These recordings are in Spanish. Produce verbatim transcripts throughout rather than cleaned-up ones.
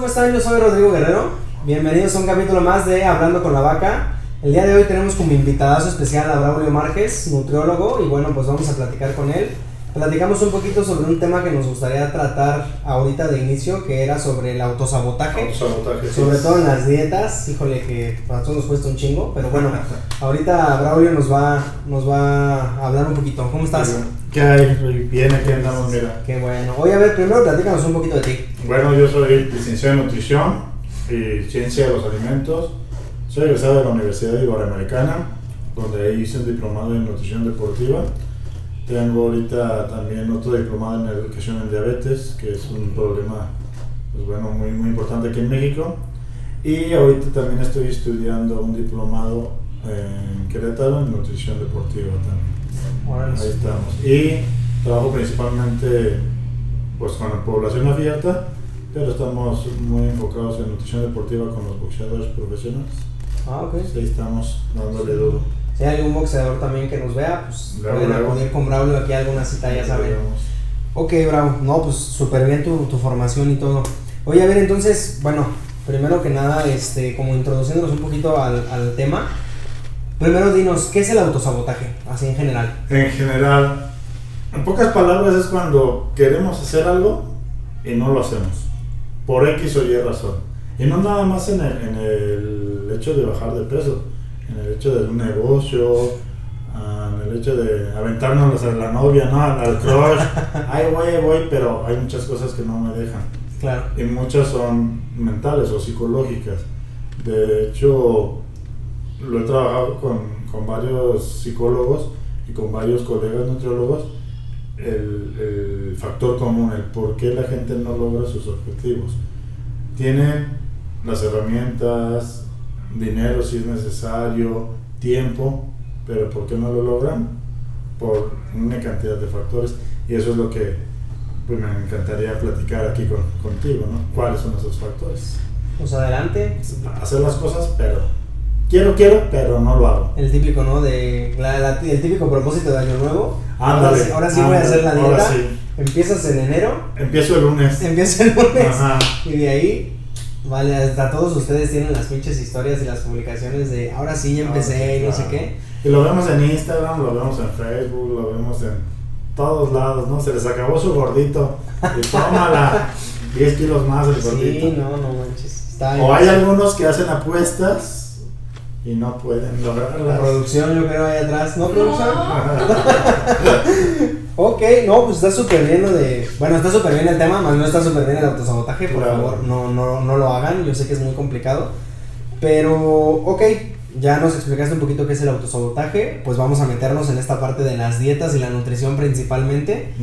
¿cómo están? Yo soy Rodrigo Guerrero. Bienvenidos a un capítulo más de Hablando con la Vaca. El día de hoy tenemos como invitadazo especial a Braulio Márquez, nutriólogo, y bueno, pues vamos a platicar con él. Platicamos un poquito sobre un tema que nos gustaría tratar ahorita de inicio, que era sobre el autosabotaje. Autosabotaje, sí. Sobre todo en las dietas. Híjole, que a nosotros nos cuesta un chingo, pero bueno, ahorita Braulio nos va, nos va a hablar un poquito. ¿Cómo estás? ¿Qué hay? Bien, aquí andamos, mira. Qué bueno. Oye, a ver, primero platícanos un poquito de ti. Bueno, yo soy licenciado en Nutrición y Ciencia de los Alimentos. Soy egresado de la Universidad Iberoamericana, donde ahí hice un diplomado en Nutrición Deportiva. Tengo ahorita también otro diplomado en Educación en Diabetes, que es un problema pues bueno, muy, muy importante aquí en México. Y ahorita también estoy estudiando un diplomado en Querétaro en Nutrición Deportiva también. Bueno, Ahí estamos. Y trabajo principalmente pues con la población abierta, pero estamos muy enfocados en nutrición deportiva con los boxeadores profesionales. Ah, ok. Ahí estamos dándole duro. Si hay algún boxeador también que nos vea, pues Bravo, pueden bravo. acudir con Braulio aquí a alguna cita, ya saben. Digamos. Ok, Bravo. No, pues súper bien tu, tu formación y todo. Oye, a ver, entonces, bueno, primero que nada, este, como introduciéndonos un poquito al, al tema, primero dinos, ¿qué es el autosabotaje? Así en general. En general, en pocas palabras, es cuando queremos hacer algo y no lo hacemos, por X o Y razón. Y no nada más en el, en el hecho de bajar de peso, en el hecho de un negocio, en el hecho de aventarnos a la novia, ¿no? Al crush. Ay, voy, voy, pero hay muchas cosas que no me dejan. Claro. Y muchas son mentales o psicológicas. De hecho, lo he trabajado con, con varios psicólogos y con varios colegas nutriólogos. El, el factor común, el por qué la gente no logra sus objetivos. Tienen las herramientas, dinero si es necesario, tiempo, pero ¿por qué no lo logran? Por una cantidad de factores, y eso es lo que pues, me encantaría platicar aquí con, contigo, ¿no? ¿Cuáles son esos factores? Pues adelante. Hacer las cosas, pero quiero, quiero, pero no lo hago. El típico, ¿no? De la, la, el típico propósito de año nuevo. Ándale, ahora sí, ahora sí ándale, voy a hacer la dieta. ahora sí. Empiezas en enero. Empiezo el lunes. Empieza el lunes. Ajá. Y de ahí, vale, hasta todos ustedes tienen las pinches historias y las publicaciones de ahora sí ya empecé y no sé qué. Y lo vemos en Instagram, lo vemos en Facebook, lo vemos en todos lados, ¿no? Se les acabó su gordito y tómala, diez kilos más el gordito. Sí, no, no manches. Está O hay algunos que hacen apuestas y no pueden la lograrlas. producción, yo creo, ahí atrás. ¿No, producción? Ok, no, pues está súper bien lo de... Bueno, está súper bien el tema, más no está súper bien el autosabotaje. Por Claro. favor, no, no, no lo hagan. Yo sé que es muy complicado. Pero, ok, ya nos explicaste un poquito qué es el autosabotaje. Pues vamos a meternos en esta parte de las dietas y la nutrición principalmente.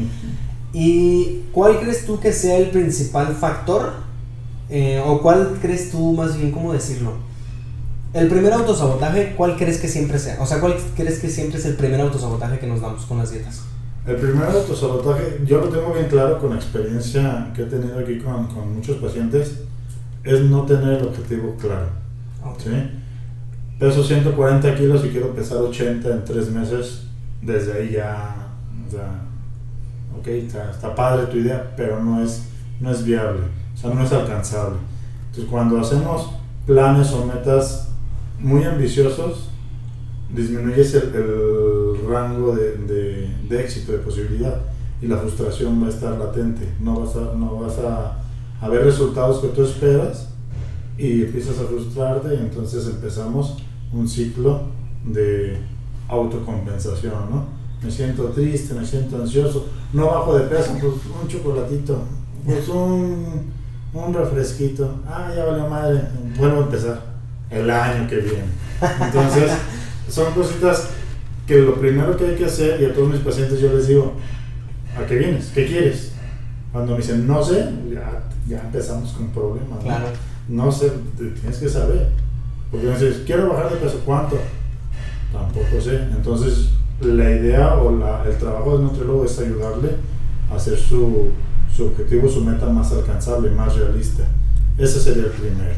¿Y cuál crees tú que sea el principal factor? Eh, ¿O cuál crees tú, más bien, cómo decirlo? El primer autosabotaje, ¿cuál crees que siempre sea? O sea, ¿cuál crees que siempre es el primer autosabotaje que nos damos con las dietas? El primer autosabotaje, yo lo tengo bien claro con la experiencia que he tenido aquí con, con muchos pacientes, es no tener el objetivo claro. Okay. ¿Sí? Peso ciento cuarenta kilos y quiero pesar ochenta en tres meses, desde ahí ya, o sea, ok, está, está padre tu idea, pero no es, no es viable, o sea, no es alcanzable. Entonces, cuando hacemos planes o metas muy ambiciosos, disminuyes el, el rango de, de, de éxito, de posibilidad, y la frustración va a estar latente, no vas a, no vas a, a ver resultados que tú esperas y empiezas a frustrarte, y entonces empezamos un ciclo de autocompensación, ¿no? Me siento triste, me siento ansioso, no bajo de peso, pues un chocolatito, pues un, un refresquito, ah, ya valió madre, vuelvo a empezar el año que viene. Entonces, son cositas que lo primero que hay que hacer, y a todos mis pacientes yo les digo, ¿a qué vienes? ¿Qué quieres? Cuando me dicen, no sé, ya, ya empezamos con problemas, ¿no? Claro. No sé, tienes que saber. Porque me dices, quiero bajar de peso, ¿cuánto? Tampoco sé. Entonces, la idea o la, el trabajo del nutriólogo es ayudarle a hacer su, su objetivo, su meta más alcanzable, más realista. Ese sería el primero.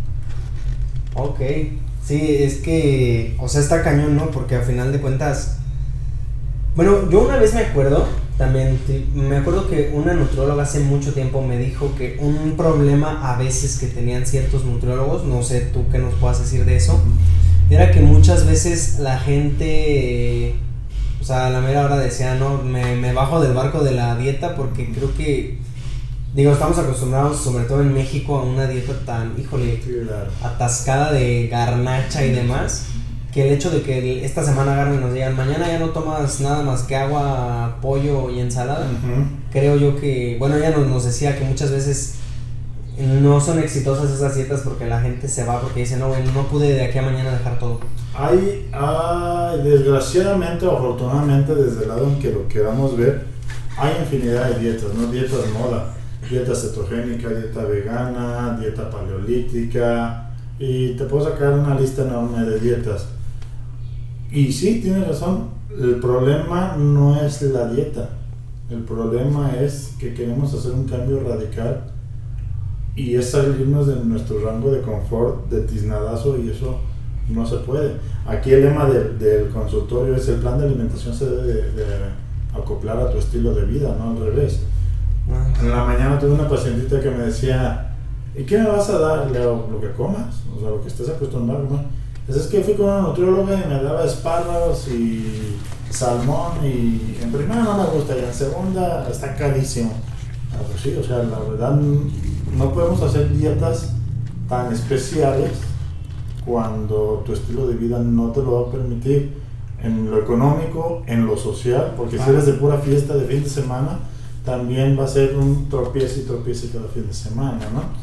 Ok, sí, es que, o sea, está cañón, ¿no? Porque al final de cuentas, bueno, yo una vez me acuerdo, también me acuerdo que una nutrióloga hace mucho tiempo me dijo que un problema a veces que tenían ciertos nutriólogos, no sé tú qué nos puedas decir de eso, era que muchas veces la gente, o sea, a la mera hora decía, no, me, me bajo del barco de la dieta porque creo que, digo, estamos acostumbrados, sobre todo en México, a una dieta tan, híjole, claro, atascada de garnacha y demás, que el hecho de que esta semana agarren y nos digan, mañana ya no tomas nada más que agua, pollo y ensalada, uh-huh. creo yo que, bueno, ella nos, nos decía que muchas veces no son exitosas esas dietas porque la gente se va porque dice, no, bueno, no pude de aquí a mañana dejar todo. Hay, hay, desgraciadamente o afortunadamente, desde el lado en que lo queramos ver, hay infinidad de dietas, ¿no? Dietas moda, dieta cetogénica, dieta vegana, dieta paleolítica, y te puedo sacar una lista enorme de dietas. Y sí, tienes razón, el problema no es la dieta, el problema es que queremos hacer un cambio radical y es salirnos de nuestro rango de confort de tiznadazo, y eso no se puede. Aquí el lema de, del consultorio es: el plan de alimentación se debe de, de acoplar a tu estilo de vida, no al revés. En la mañana tuve una pacientita que me decía, ¿y qué me vas a dar? Le digo, lo que comas, o sea, lo que estés acostumbrado, ¿no? Es que fui con una nutrióloga y me daba espárragos y salmón, y en primera no me gusta y en segunda está carísimo. Ah, pues sí, o sea, la verdad no podemos hacer dietas tan especiales cuando tu estilo de vida no te lo va a permitir, en lo económico, en lo social, porque ah. si eres de pura fiesta de fin de semana, también va a ser un tropiezo y tropiezo cada fin de semana,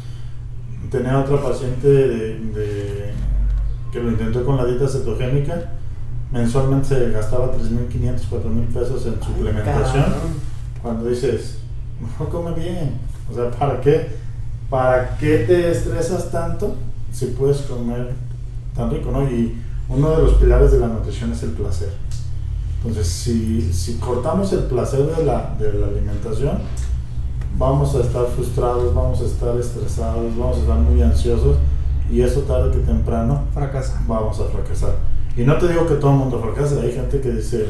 ¿no? Tenía otra paciente de, de, que lo intentó con la dieta cetogénica, mensualmente se gastaba tres mil quinientos, cuatro mil pesos en suplementación. Ay, cuando dices, mejor come bien, o sea, ¿para qué? ¿Para qué te estresas tanto si puedes comer tan rico, ¿no? Y uno de los pilares de la nutrición es el placer. Entonces, si, si cortamos el placer de la, de la alimentación, vamos a estar frustrados, vamos a estar estresados, vamos a estar muy ansiosos, y eso tarde que temprano fracasa. Vamos a fracasar. Y no te digo que todo el mundo fracase, hay gente que dice,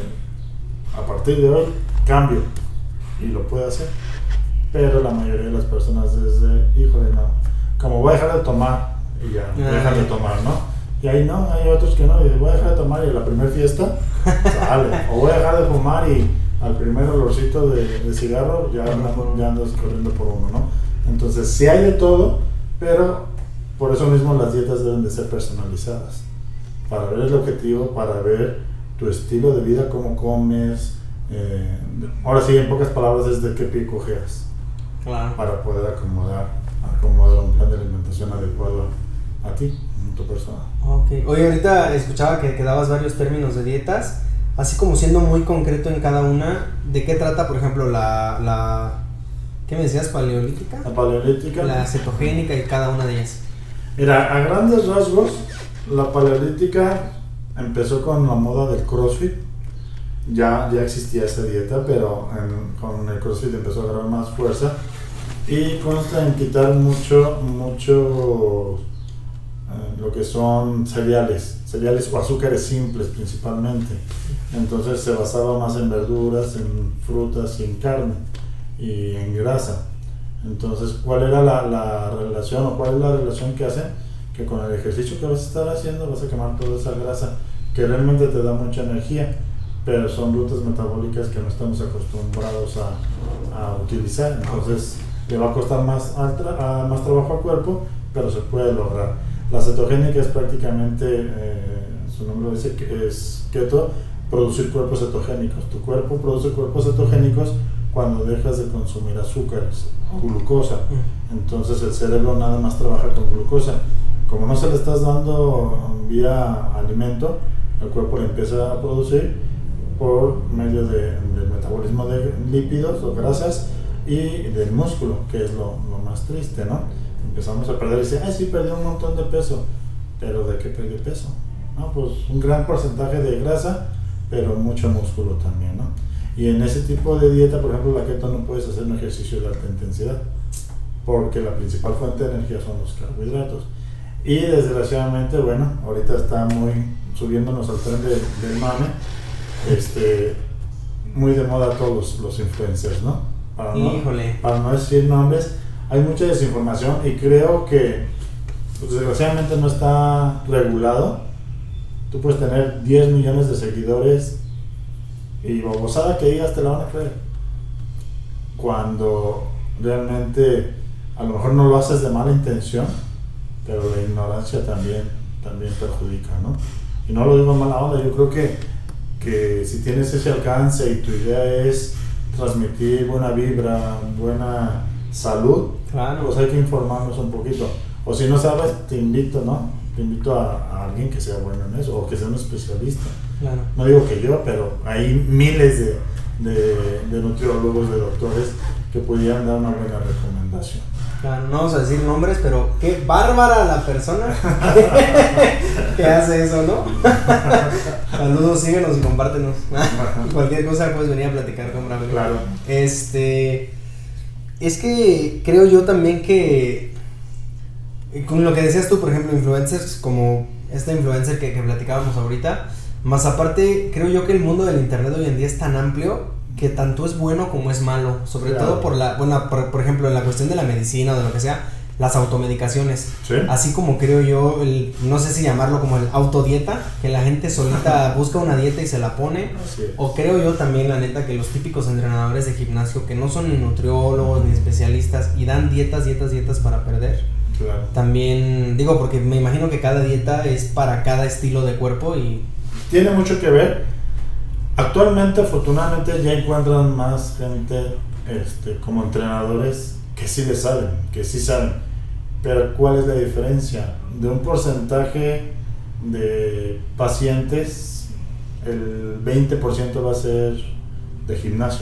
a partir de hoy, cambio, y lo puede hacer. Pero la mayoría de las personas es de, híjole, no, como voy a dejar de tomar, y ya, voy a dejar de tomar, ¿no? Y ahí no, hay otros que no, y voy a dejar de tomar y a la primera fiesta sale. O voy a dejar de fumar y al primer olorcito de, de cigarro ya, ya andas corriendo por uno, ¿no? Entonces sí hay de todo, pero por eso mismo las dietas deben de ser personalizadas, para ver el objetivo, para ver tu estilo de vida, cómo comes, eh, ahora sí, en pocas palabras, es de qué pie cojeas, claro, para poder acomodar, acomodar un plan de alimentación adecuado a ti, a tu persona. Okay. Oye, ahorita escuchaba que, que dabas varios términos de dietas, así como siendo muy concreto en cada una. ¿De qué trata, por ejemplo, la, la ¿qué me decías? ¿Paleolítica? La paleolítica. La cetogénica y cada una de ellas. Mira, a grandes rasgos, la paleolítica empezó con la moda del CrossFit. Ya, ya existía esa dieta, pero en, con el CrossFit empezó a agarrar más fuerza y consta en quitar mucho, mucho eh, lo que son cereales, cereales o azúcares simples principalmente. Entonces se basaba más en verduras, en frutas y en carne y en grasa. Entonces, ¿cuál era la, la relación o cuál es la relación que hacen? Que con el ejercicio que vas a estar haciendo vas a quemar toda esa grasa que realmente te da mucha energía, pero son rutas metabólicas que no estamos acostumbrados a, a utilizar. Entonces le va a costar más, altra, a, más trabajo al cuerpo, pero se puede lograr. La cetogénica es prácticamente, eh, su nombre dice que es keto, producir cuerpos cetogénicos. Tu cuerpo produce cuerpos cetogénicos cuando dejas de consumir azúcares o glucosa. Entonces el cerebro nada más trabaja con glucosa. Como no se le estás dando vía alimento, el cuerpo le empieza a producir por medio de, del metabolismo de lípidos o grasas y del músculo, que es lo, lo más triste, ¿no? Empezamos a perder y decir, ay, sí, perdí un montón de peso. ¿Pero de qué perdió peso? No, pues un gran porcentaje de grasa, pero mucho músculo también, ¿no? Y en ese tipo de dieta, por ejemplo, la keto, no puedes hacer un ejercicio de alta intensidad, porque la principal fuente de energía son los carbohidratos. Y desgraciadamente, bueno, ahorita está muy subiéndonos al tren de, del mame. Este, muy de moda todos los, los influencers, ¿no? Para no, Híjole. para no decir nombres, hay mucha desinformación y creo que pues, desgraciadamente no está regulado. Tú puedes tener diez millones de seguidores y babosada que digas te la van a creer. Cuando realmente a lo mejor no lo haces de mala intención, pero la ignorancia también, también perjudica, ¿no? Y no lo digo en mala onda, yo creo que, que si tienes ese alcance y tu idea es transmitir buena vibra, buena salud, Claro. pues hay que informarnos un poquito. O si no sabes, te invito, ¿no? Te invito a, a alguien que sea bueno en eso, o que sea un especialista. Claro. No digo que yo, pero hay miles de, de, de nutriólogos, de doctores que pudieran dar una buena recomendación. Claro, no vamos a decir nombres, pero qué bárbara la persona que hace eso, ¿no? Saludos, síguenos y compártenos. Cualquier cosa puedes venir a platicar con Braulio. Claro. Este, es que creo yo también que, con lo que decías tú, por ejemplo, influencers como esta influencer que, que platicábamos ahorita, más aparte, creo yo que el mundo del internet hoy en día es tan amplio que tanto es bueno como es malo, sobre Claro. todo por la, bueno, por, por ejemplo, en la cuestión de la medicina o de lo que sea, las automedicaciones. ¿Sí? Así como creo yo, el, no sé si llamarlo como el autodieta, que la gente solita busca una dieta y se la pone. Así es. O creo yo también, la neta, que los típicos entrenadores de gimnasio que no son ni nutriólogos ni especialistas y dan dietas, dietas, dietas para perder. Claro. También, digo, porque me imagino que cada dieta es para cada estilo de cuerpo y... Tiene mucho que ver. Actualmente, afortunadamente, ya encuentran más gente este, como entrenadores que sí le saben, que sí saben. Pero ¿cuál es la diferencia? De un porcentaje de pacientes, el veinte por ciento va a ser de gimnasio.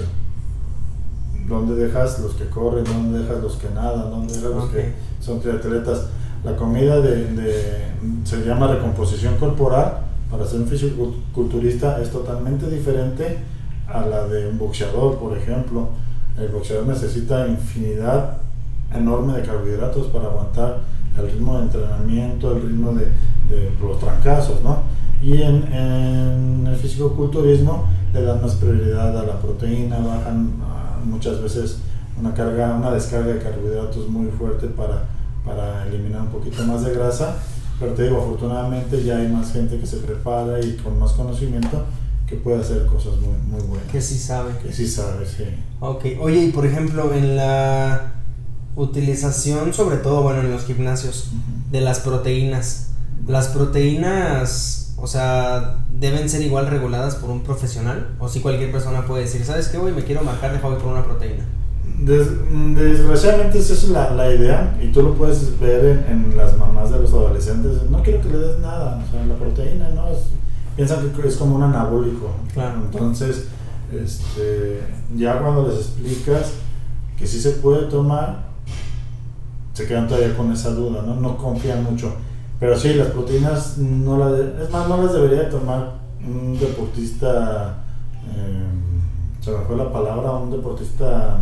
¿Dónde dejas los que corren? ¿Dónde dejas los que nadan? ¿Dónde dejas los Okay. que son triatletas? La comida de, de, se llama recomposición corporal. Para ser un fisiculturista es totalmente diferente a la de un boxeador, por ejemplo. El boxeador necesita infinidad enorme de carbohidratos para aguantar el ritmo de entrenamiento, el ritmo de, de los trancazos, ¿no? Y en, en el fisicoculturismo le dan más prioridad a la proteína, bajan uh, muchas veces una carga, una descarga de carbohidratos muy fuerte para, para eliminar un poquito más de grasa. Pero te digo, afortunadamente ya hay más gente que se prepara y con más conocimiento que puede hacer cosas muy, muy buenas. Que sí sabe. Que sí sabe, sí. Ok, oye, y por ejemplo, en la utilización, sobre todo, bueno, en los gimnasios, Uh-huh. de las proteínas, las proteínas, o sea, deben ser igual reguladas por un profesional, o si cualquier persona puede decir, ¿sabes qué, güey? Me quiero marcar de hobby por una proteína. Des, desgraciadamente esa es la, la idea y tú lo puedes ver en, en las mamás de los adolescentes. No quiero que le des nada, o sea, la proteína no es, piensan que es como un anabólico. Claro. Entonces, este, ya cuando les explicas que sí se puede tomar, se quedan todavía con esa duda, no, no confían mucho. Pero sí, las proteínas no las de, es más, no las debería de tomar un deportista, eh, se me fue la palabra, un deportista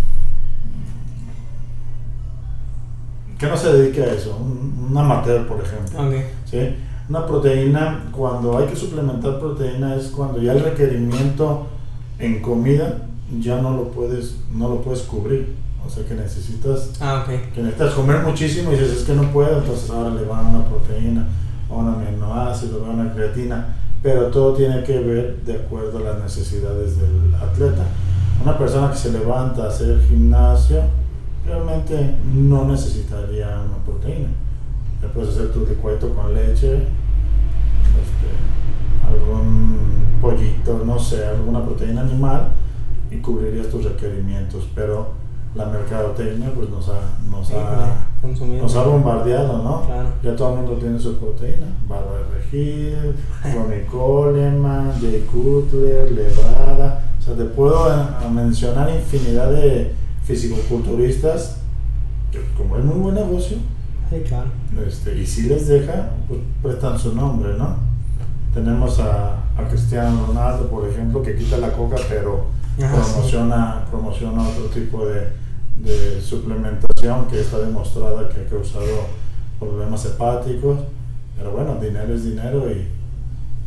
que no se dedique a eso, un, un amateur, por ejemplo. Okay. ¿Sí? Una proteína, cuando hay que suplementar proteína es cuando ya el requerimiento en comida ya no lo puedes, no lo puedes cubrir. O sea que necesitas, Ah, ok. que necesitas comer muchísimo y dices es que no puedo, entonces ahora le van una proteína, o un aminoácido, o una creatina. Pero todo tiene que ver de acuerdo a las necesidades del atleta. Una persona que se levanta a hacer gimnasio realmente no necesitaría una proteína. Ya puedes hacer tu licuadito con leche, este, algún pollito, no sé, alguna proteína animal y cubrirías tus requerimientos. Pero la mercadotecnia pues nos ha, nos ha, nos ha bombardeado, ¿no? Claro. Ya todo el mundo tiene su proteína. Bárbara Regil, Ronnie Coleman, Jay Cutler, Lebrada. O sea, te puedo a, a mencionar infinidad de fisicoculturistas que como es muy buen negocio, Sí, claro. este, y si les deja, pues prestan su nombre, ¿no? Tenemos a, a Cristiano Ronaldo, por ejemplo, que quita la coca, pero Ajá, promociona, sí. promociona otro tipo de, de suplementación que está demostrada que ha causado problemas hepáticos. Pero bueno, dinero es dinero y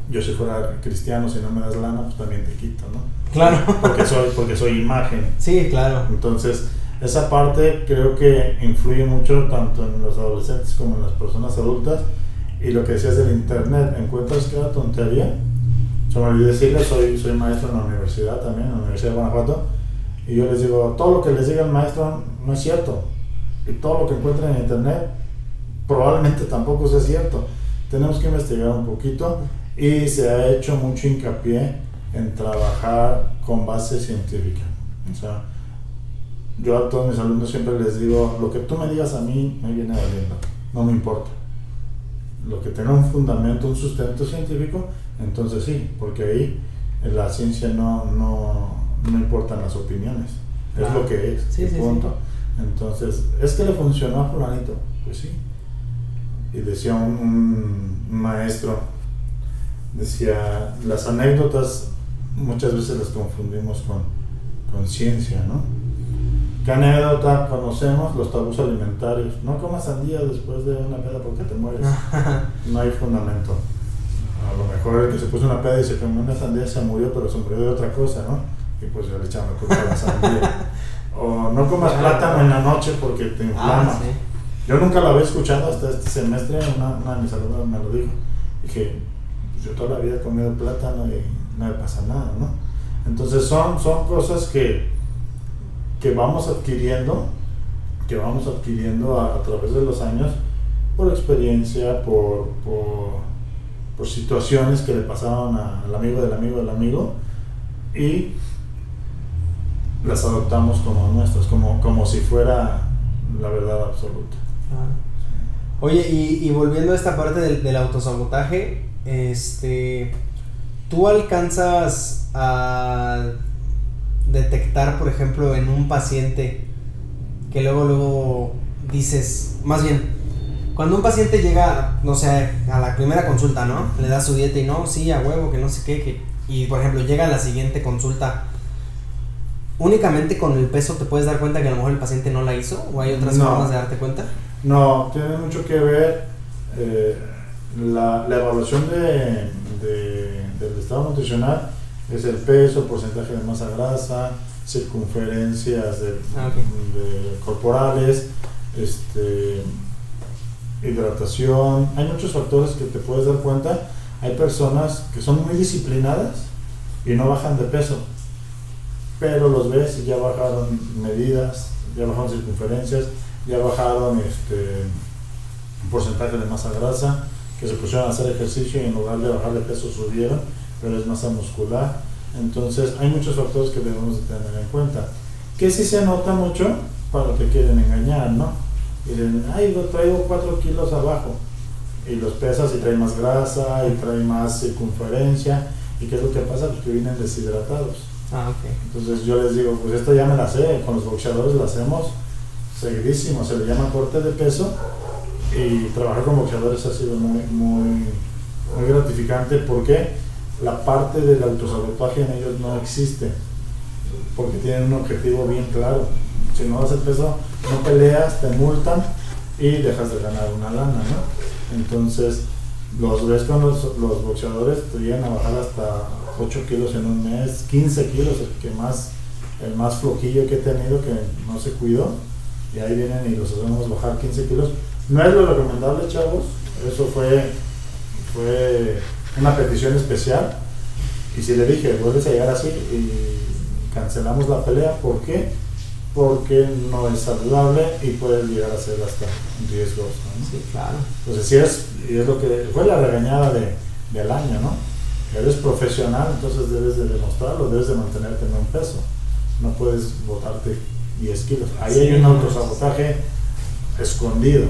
yo si fuera cristiano, si no me das lana, pues también te quito, ¿no? Claro. Porque soy, porque soy imagen. Sí, claro. Entonces, esa parte creo que influye mucho tanto en los adolescentes como en las personas adultas. Y lo que decías del internet, encuentras cada tontería. Se me olvidó decirles, soy, soy maestro en la universidad también, en la Universidad de Guanajuato. Y yo les digo, todo lo que les diga el maestro no es cierto. Y todo lo que encuentren en internet probablemente tampoco sea cierto. Tenemos que investigar un poquito y se ha hecho mucho hincapié en trabajar con base científica. O sea, yo a todos mis alumnos siempre les digo, lo que tú me digas a mí me viene valiendo, no me importa. Lo que tenga un fundamento, un sustento científico, entonces sí, porque ahí en la ciencia no, no, no importan las opiniones, es ah, lo que es, sí, sí, punto. Sí. Entonces, ¿es que le funcionó a fulanito? Pues sí. Y decía un, un maestro, decía, las anécdotas muchas veces las confundimos con, con ciencia, ¿no? ¿Qué anécdota conocemos? Los tabús alimentarios. No comas sandía después de una peda porque te mueres. No hay fundamento. A lo mejor el que se puso una peda y se comió una sandía se murió, pero se murió de otra cosa, ¿no? Y pues ya le echamos culpa a la sandía. O no comas plátano en la noche porque te inflama. Ah, sí. Yo nunca lo había escuchado hasta este semestre, una, una de mis alumnos me lo dijo. Dije, pues yo toda la vida he comido plátano y no me pasa nada, ¿no? Entonces son, son cosas que, que vamos adquiriendo, que vamos adquiriendo a, a través de los años por experiencia, por, por, por situaciones que le pasaron a, al amigo del amigo del amigo y las adoptamos como nuestras, como, como si fuera la verdad absoluta. Ah. Oye, y, y volviendo a esta parte del, del autosabotaje, este, ¿tú alcanzas a detectar, por ejemplo, en un paciente que luego, luego dices, más bien, cuando un paciente llega, no sé, a la primera consulta, ¿no? Le da su dieta y no, sí, a huevo, que no sé qué, que, y por ejemplo llega a la siguiente consulta, ¿únicamente con el peso te puedes dar cuenta que a lo mejor el paciente no la hizo? ¿O hay otras no, formas de darte cuenta? No, tiene mucho que ver eh, la, la evaluación de, de, del estado nutricional, es el peso, porcentaje de masa grasa, circunferencias de, ah, okay. de corporales, este, hidratación. Hay muchos factores que te puedes dar cuenta. Hay personas que son muy disciplinadas y no bajan de peso, pero los ves y ya bajaron medidas, ya bajaron circunferencias, ya bajaron este, un porcentaje de masa grasa, que se pusieron a hacer ejercicio y en lugar de bajar de peso subieron, pero es masa muscular. Entonces hay muchos factores que debemos de tener en cuenta, que sí se nota mucho para que quieren engañar, ¿no? Y dicen, ay, lo traigo cuatro kilos abajo, y los pesas y trae más grasa y trae más circunferencia. ¿Y qué es lo que pasa? Pues que vienen deshidratados. Ah, okay. Entonces yo les digo, pues esto ya me la sé, con los boxeadores lo hacemos seguidísimo, se le llama corte de peso, y trabajar con boxeadores ha sido muy, muy, muy gratificante porque la parte del autosabotaje en ellos no existe, porque tienen un objetivo bien claro. Si no das el peso, no peleas, te multan y dejas de ganar una lana, ¿no? Entonces los ves con los, los boxeadores, te llegan a bajar hasta ocho kilos en un mes, quince kilos, el que más, el más flojillo que he tenido, que no se cuidó, y ahí vienen y los hacemos bajar quince kilos. No es lo recomendable, chavos, eso fue, fue una petición especial, y si le dije, vuelves a llegar así y cancelamos la pelea. ¿Por qué? Porque no es saludable y puede llegar a ser hasta riesgoso, ¿no? Sí, claro. Entonces sí es, y es lo que fue la regañada de, del año, ¿no? Eres profesional, entonces debes de demostrarlo, debes de mantenerte en un peso, no puedes botarte diez kilos. Ahí sí, hay un autosabotaje escondido.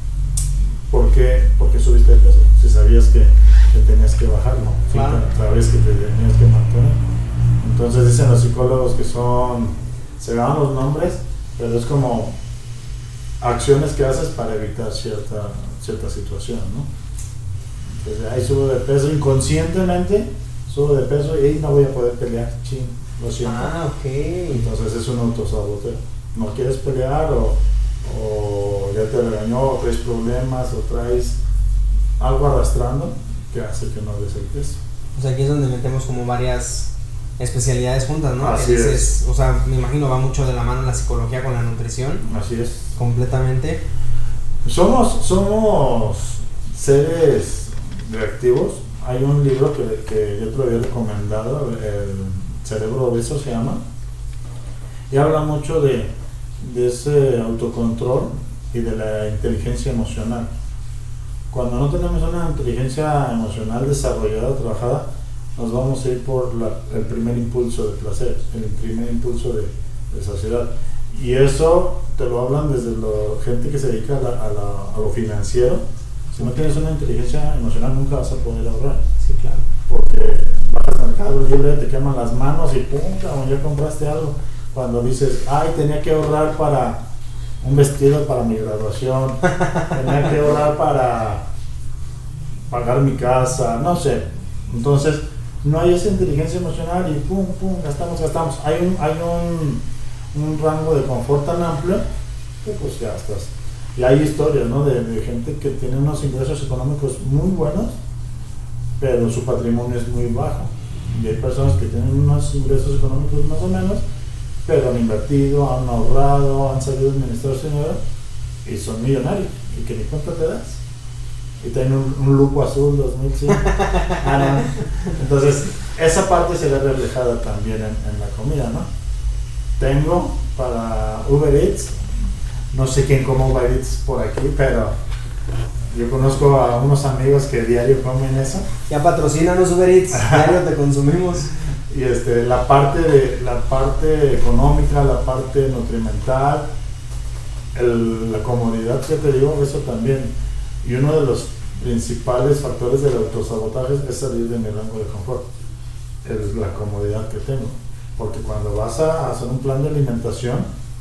¿Por qué? Porque subiste de peso. Si sabías que, que tenías que bajarlo, claro. Si sabías que te tenías que mantener. Entonces dicen los psicólogos que son, se dan los nombres, pero es como acciones que haces para evitar cierta, cierta situación, ¿no? Entonces ahí subo de peso inconscientemente, subo de peso y ahí no voy a poder pelear, ching, lo siento. Ah, ok. Entonces es un autosaboteo. No quieres pelear o, o ya te regañó, o traes problemas, o traes algo arrastrando que hace que no des el peso. O sea, aquí es donde metemos como varias especialidades juntas, ¿no? Así Que dices, es. O sea, me imagino va mucho de la mano la psicología con la nutrición. Así es. Completamente. Somos, somos seres reactivos. Hay un libro que, que yo te lo había recomendado, El cerebro obeso se llama, y habla mucho de, de ese autocontrol y de la inteligencia emocional. Cuando no tenemos una inteligencia emocional desarrollada, trabajada, nos vamos a ir por la, el primer impulso de placer, el primer impulso de, de saciedad. Y eso te lo hablan desde la gente que se dedica a, la, a, la, a lo financiero. Si no tienes una inteligencia emocional, nunca vas a poder ahorrar. Sí, claro. Porque vas al Mercado Libre, te queman las manos y pum, cabrón, ya compraste algo. Cuando dices, ay, tenía que ahorrar para un vestido para mi graduación, tenía que ahorrar para pagar mi casa, no sé. Entonces, no hay esa inteligencia emocional y pum, pum, gastamos, gastamos. Hay un, hay un, un rango de confort tan amplio que pues gastas. Y hay historias, ¿no? de, de gente que tiene unos ingresos económicos muy buenos, pero su patrimonio es muy bajo. Y hay personas que tienen unos ingresos económicos más o menos, pero han invertido, han ahorrado, han sabido administrar su dinero y son millonarios y que ni cuenta te das. Y tienen un, un Lupo azul dos mil cinco. Ah, no. Entonces, esa parte se ve reflejada también en, en la comida, ¿no? Tengo para Uber Eats, no sé quién come Uber Eats por aquí, pero yo conozco a unos amigos que diario comen eso. Ya patrocínanos Uber Eats, diario te consumimos. Y este, la parte de la parte económica, la parte nutrimental, el, la comodidad que te digo, eso también. Y uno de los principales factores del autosabotaje es salir de mi rango de confort, es la comodidad que tengo. Porque cuando vas a hacer un plan de alimentación,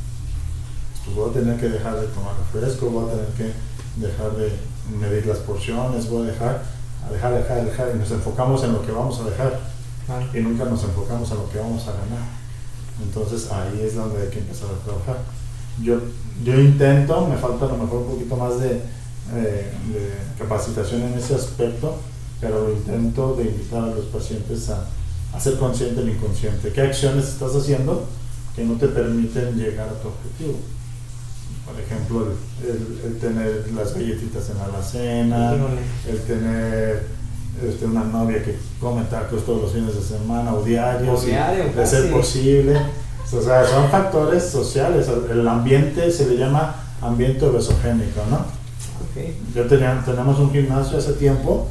pues voy a tener que dejar de tomar refresco, voy a tener que dejar de medir las porciones, voy a dejar, a dejar, dejar, dejar, y nos enfocamos en lo que vamos a dejar, Claro. y nunca nos enfocamos en lo que vamos a ganar. Entonces ahí es donde hay que empezar a trabajar. Yo, yo intento, me falta a lo mejor un poquito más de, eh, de capacitación en ese aspecto, pero lo intento de invitar a los pacientes a, a ser consciente del inconsciente. ¿Qué acciones estás haciendo que no te permiten llegar a tu objetivo? Por ejemplo, el, el, el tener las galletitas en la alacena, el tener este, una novia que come tacos todos los fines de semana o diarios, o diario, de ser posible. O sea, son factores sociales. El ambiente se le llama ambiente obesogénico, ¿no? Okay. Yo tenía, tenemos un gimnasio hace tiempo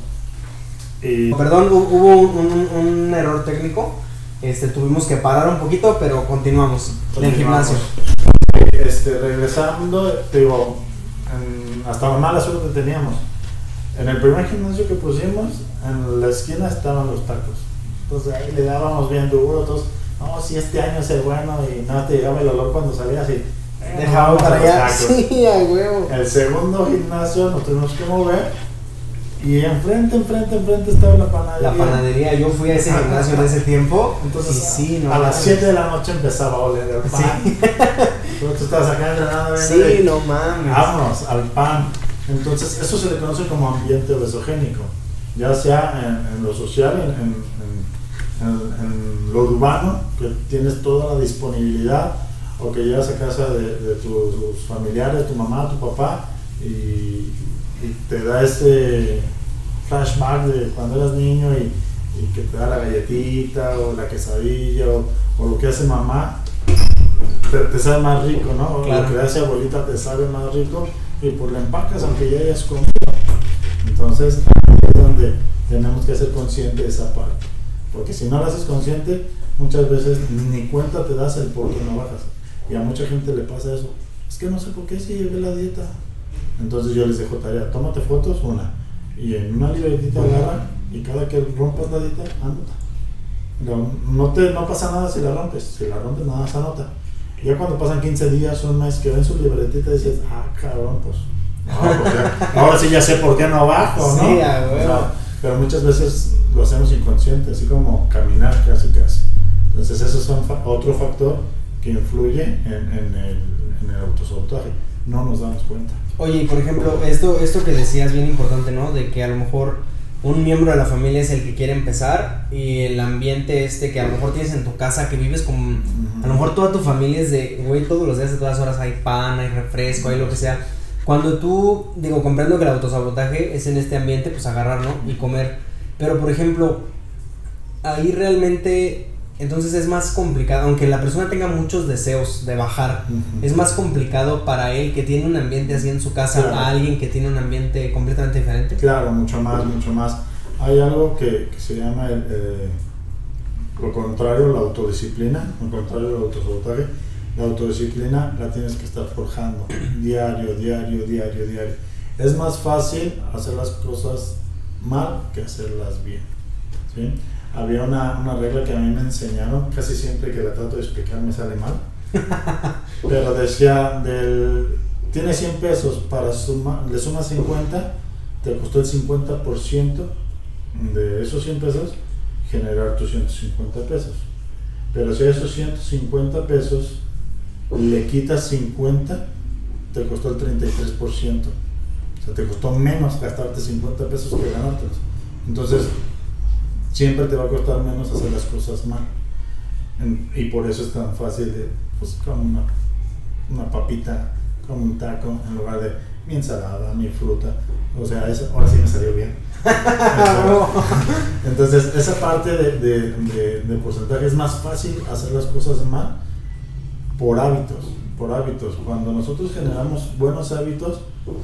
y... Perdón, hubo un, un, un error técnico. Este, tuvimos que parar un poquito, pero continuamos en el gimnasio. Este, regresando, te digo, en, hasta la mala suerte teníamos. En el primer gimnasio que pusimos, en la esquina estaban los tacos. Entonces ahí le dábamos bien duro. Entonces, no, si este año es el bueno, y no te llegaba el olor cuando salías y eh, dejaba para allá. Sí, a huevo. El segundo gimnasio nos tuvimos que mover. Y enfrente, enfrente, enfrente estaba la panadería. La panadería, yo fui a ese gimnasio en ese tiempo. Entonces, sí, no a las mames. siete de la noche empezaba a oler el pan. Sí. Tú estabas acá entrenando. Sí, de, no mames. Vámonos al pan. Entonces, eso se le conoce como ambiente obesogénico. Ya sea en, en lo social, en, en, en, en lo urbano, que tienes toda la disponibilidad, o que llegas a casa de, de tus, tus familiares, tu mamá, tu papá, y. y te da ese flashback de cuando eras niño y, y que te da la galletita o la quesadilla o, o lo que hace mamá, te, te sabe más rico, ¿no? Claro. Lo que hace abuelita te sabe más rico y pues la empacas aunque ya hayas comido. Entonces ahí es donde tenemos que ser conscientes de esa parte, porque si no la haces consciente, muchas veces ni cuenta te das el por qué no bajas, y a mucha gente le pasa eso, es que no sé por qué si llevé la dieta. Entonces yo les dejo tarea, tómate fotos, una, y en una libretita agarra, y cada que rompas la dieta, anota. No, no, te, no pasa nada si la rompes, si la rompes nada se anota. Y ya cuando pasan quince días, un mes, que ven su libretita y dices, ah, cabrón, pues, no, pues ya, ahora sí ya sé por qué no bajo, ¿no? Sí, a huevo. O sea, pero muchas veces lo hacemos inconsciente, así como caminar casi casi. Entonces eso es un fa- otro factor que influye en, en, el, en el autosabotaje. No nos damos cuenta. Oye, y por ejemplo, esto, esto que decías bien importante, ¿no? De que a lo mejor un miembro de la familia es el que quiere empezar y el ambiente este que a lo mejor tienes en tu casa, que vives con, uh-huh. a lo mejor toda tu familia es de, güey, todos los días a todas horas hay pan, hay refresco, hay lo que sea. Cuando tú, digo, comprendo que el autosabotaje es en este ambiente, pues agarrar, ¿no? Y comer. Pero, por ejemplo, ahí realmente, entonces es más complicado, aunque la persona tenga muchos deseos de bajar, uh-huh. es más complicado para él que tiene un ambiente así en su casa, claro. a alguien que tiene un ambiente completamente diferente. Claro, mucho más, mucho más. Hay algo que, que se llama el, eh, lo contrario, la autodisciplina, lo contrario al autosabotaje. La autodisciplina la tienes que estar forjando diario, diario, diario, diario. Es más fácil hacer las cosas mal que hacerlas bien, ¿sí? Había una, una regla que a mí me enseñaron, casi siempre que la trato de explicar me sale mal, pero decía, del, tiene cien pesos, para suma, le sumas cincuenta, te costó el cincuenta por ciento de esos cien pesos generar tus ciento cincuenta pesos. Pero si a esos ciento cincuenta pesos le quitas cincuenta, te costó el treinta y tres por ciento. O sea, te costó menos gastarte cincuenta pesos que ganártelos. Entonces, siempre te va a costar menos hacer las cosas mal. En, y por eso es tan fácil de, pues, como una, una papita, como un taco, en lugar de mi ensalada, mi fruta. O sea, eso, ahora sí me salió bien. Entonces, esa parte de, de, de, de porcentaje es más fácil hacer las cosas mal por hábitos, por hábitos. Cuando nosotros generamos buenos hábitos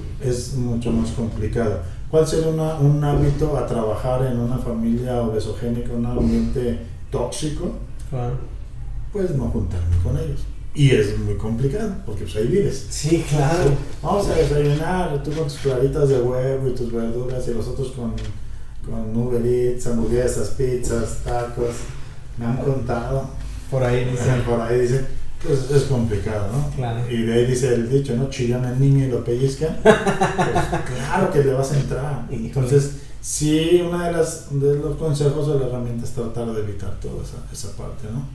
es mucho más complicado. ¿Cuál sería una, un hábito a trabajar en una familia obesogénica, un ambiente tóxico? Claro. Pues no juntarme con ellos. Y es muy complicado, porque pues ahí vives. Sí, claro. Sí. Vamos a desayunar, tú con tus claritas de huevo y tus verduras, y los otros con, con Uber Eats, hamburguesas, pizzas, tacos. Me han contado. Por ahí dicen. Por ahí dicen. Pues es complicado, ¿no? Claro. Y de ahí dice el dicho, ¿no? Chillan al niño y lo pellizcan. Pues claro que le vas a entrar. Entonces, sí, uno de, las, de los consejos de la herramienta es tratar de evitar toda esa, esa parte, ¿no?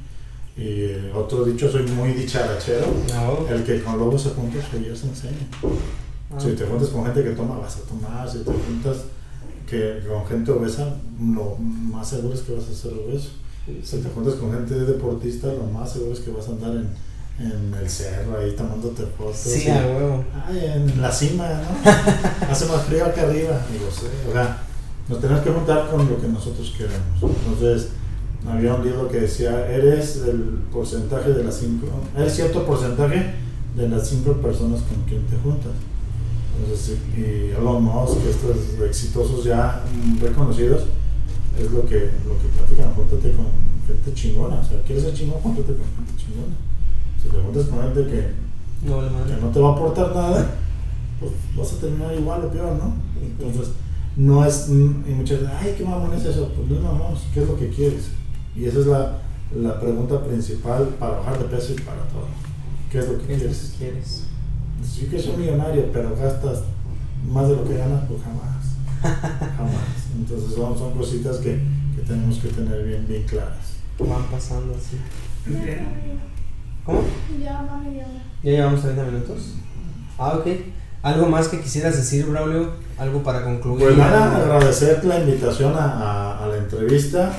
Y eh, otro dicho, soy muy dicharachero. No. El que con lobos se junta, pues yo se enseña. Ah. Si te juntas con gente que toma, vas a tomar. Si te juntas que, con gente obesa, lo más seguro es que vas a ser obeso. Si te juntas con gente deportista, lo más seguro es que vas a andar en, en el cerro ahí tomándote fotos. Sí, a huevo. Ay, en la cima, ¿no? Hace más frío acá arriba, digo, sí. O sea, nos tenemos que juntar con lo que nosotros queremos. Entonces, había un libro que decía, eres el porcentaje de las cinco, eres cierto porcentaje de las cinco personas con quien te juntas. Entonces, y Elon Musk, estos exitosos ya reconocidos, es lo que, lo que platican, júntate con gente chingona. O sea, ¿quieres ser chingón? Júntate con gente chingona. Si te juntas con gente que no, que no te va a aportar nada, pues vas a terminar igual o peor, ¿no? Entonces, no es, y muchas veces, ay, qué mamón es eso. Pues no, vamos, ¿qué es lo que quieres? Y esa es la, la pregunta principal para bajar de peso y para todo. ¿Qué es lo que ¿Qué quieres? Es lo que quieres? Sí que soy millonario, pero gastas más de lo que ganas, pues jamás. Jamás. Entonces son, son cositas que, que tenemos que tener bien, bien claras. Van pasando así. Bien. ¿Cómo? Ya va media hora. ¿Ya llevamos treinta minutos? Ah, ok. ¿Algo más que quisieras decir, Braulio? ¿Algo para concluir? Pues nada, agradecerte la invitación a, a, a la entrevista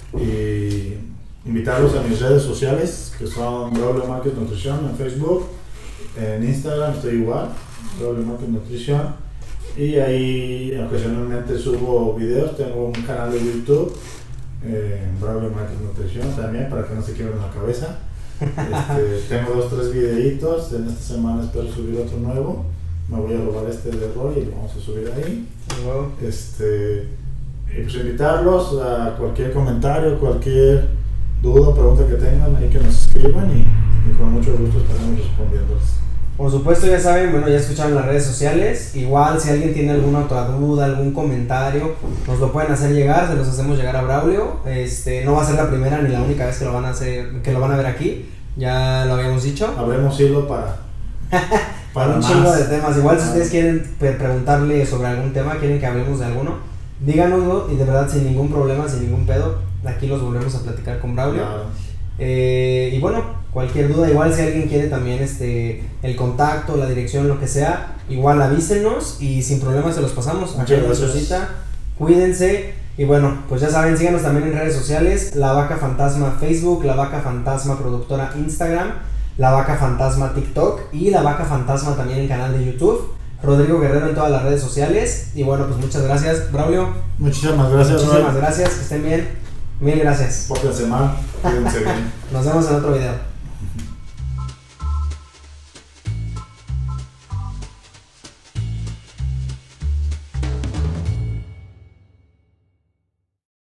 y invitarlos a mis redes sociales, que son Braulio Márquez Nutrición en Facebook, en Instagram estoy igual, Braulio Márquez Nutrición. Y ahí ocasionalmente subo videos, tengo un canal de YouTube, eh, Braulio Márquez Nutrición también, para que no se quiebren la cabeza. Este, tengo dos, tres videitos, en esta semana espero subir otro nuevo, me voy a robar este de Roy y lo vamos a subir ahí. Wow. Este, y pues invitarlos a cualquier comentario, cualquier duda o pregunta que tengan, ahí que nos escriban y, y con mucho gusto estaremos respondiéndoles. Por supuesto, ya saben, bueno, ya escucharon las redes sociales. Igual, si alguien tiene alguna otra duda, algún comentario, nos lo pueden hacer llegar, se los hacemos llegar a Braulio. Este, no va a ser la primera ni la única vez que lo van a hacer, que lo van a ver aquí. Ya lo habíamos dicho. Habremos hilo para, para un chingo de temas. Igual, si ustedes quieren preguntarle sobre algún tema, quieren que hablemos de alguno, díganoslo y de verdad sin ningún problema, sin ningún pedo, aquí los volvemos a platicar con Braulio. Claro. Eh, y bueno, cualquier duda, igual si alguien quiere también este el contacto, la dirección, lo que sea, igual avísenos y sin problema se los pasamos. Muchas Aquí gracias. Cita, cuídense. Y bueno, pues ya saben, síganos también en redes sociales, La Vaca Fantasma Facebook, La Vaca Fantasma Productora Instagram, La Vaca Fantasma TikTok y La Vaca Fantasma también en canal de YouTube. Rodrigo Guerrero en todas las redes sociales. Y bueno, pues muchas gracias, Braulio. Muchísimas gracias, Muchísimas Roy. gracias, que estén bien. Mil gracias. Pórtense mal, cuídense bien. Nos vemos en otro video.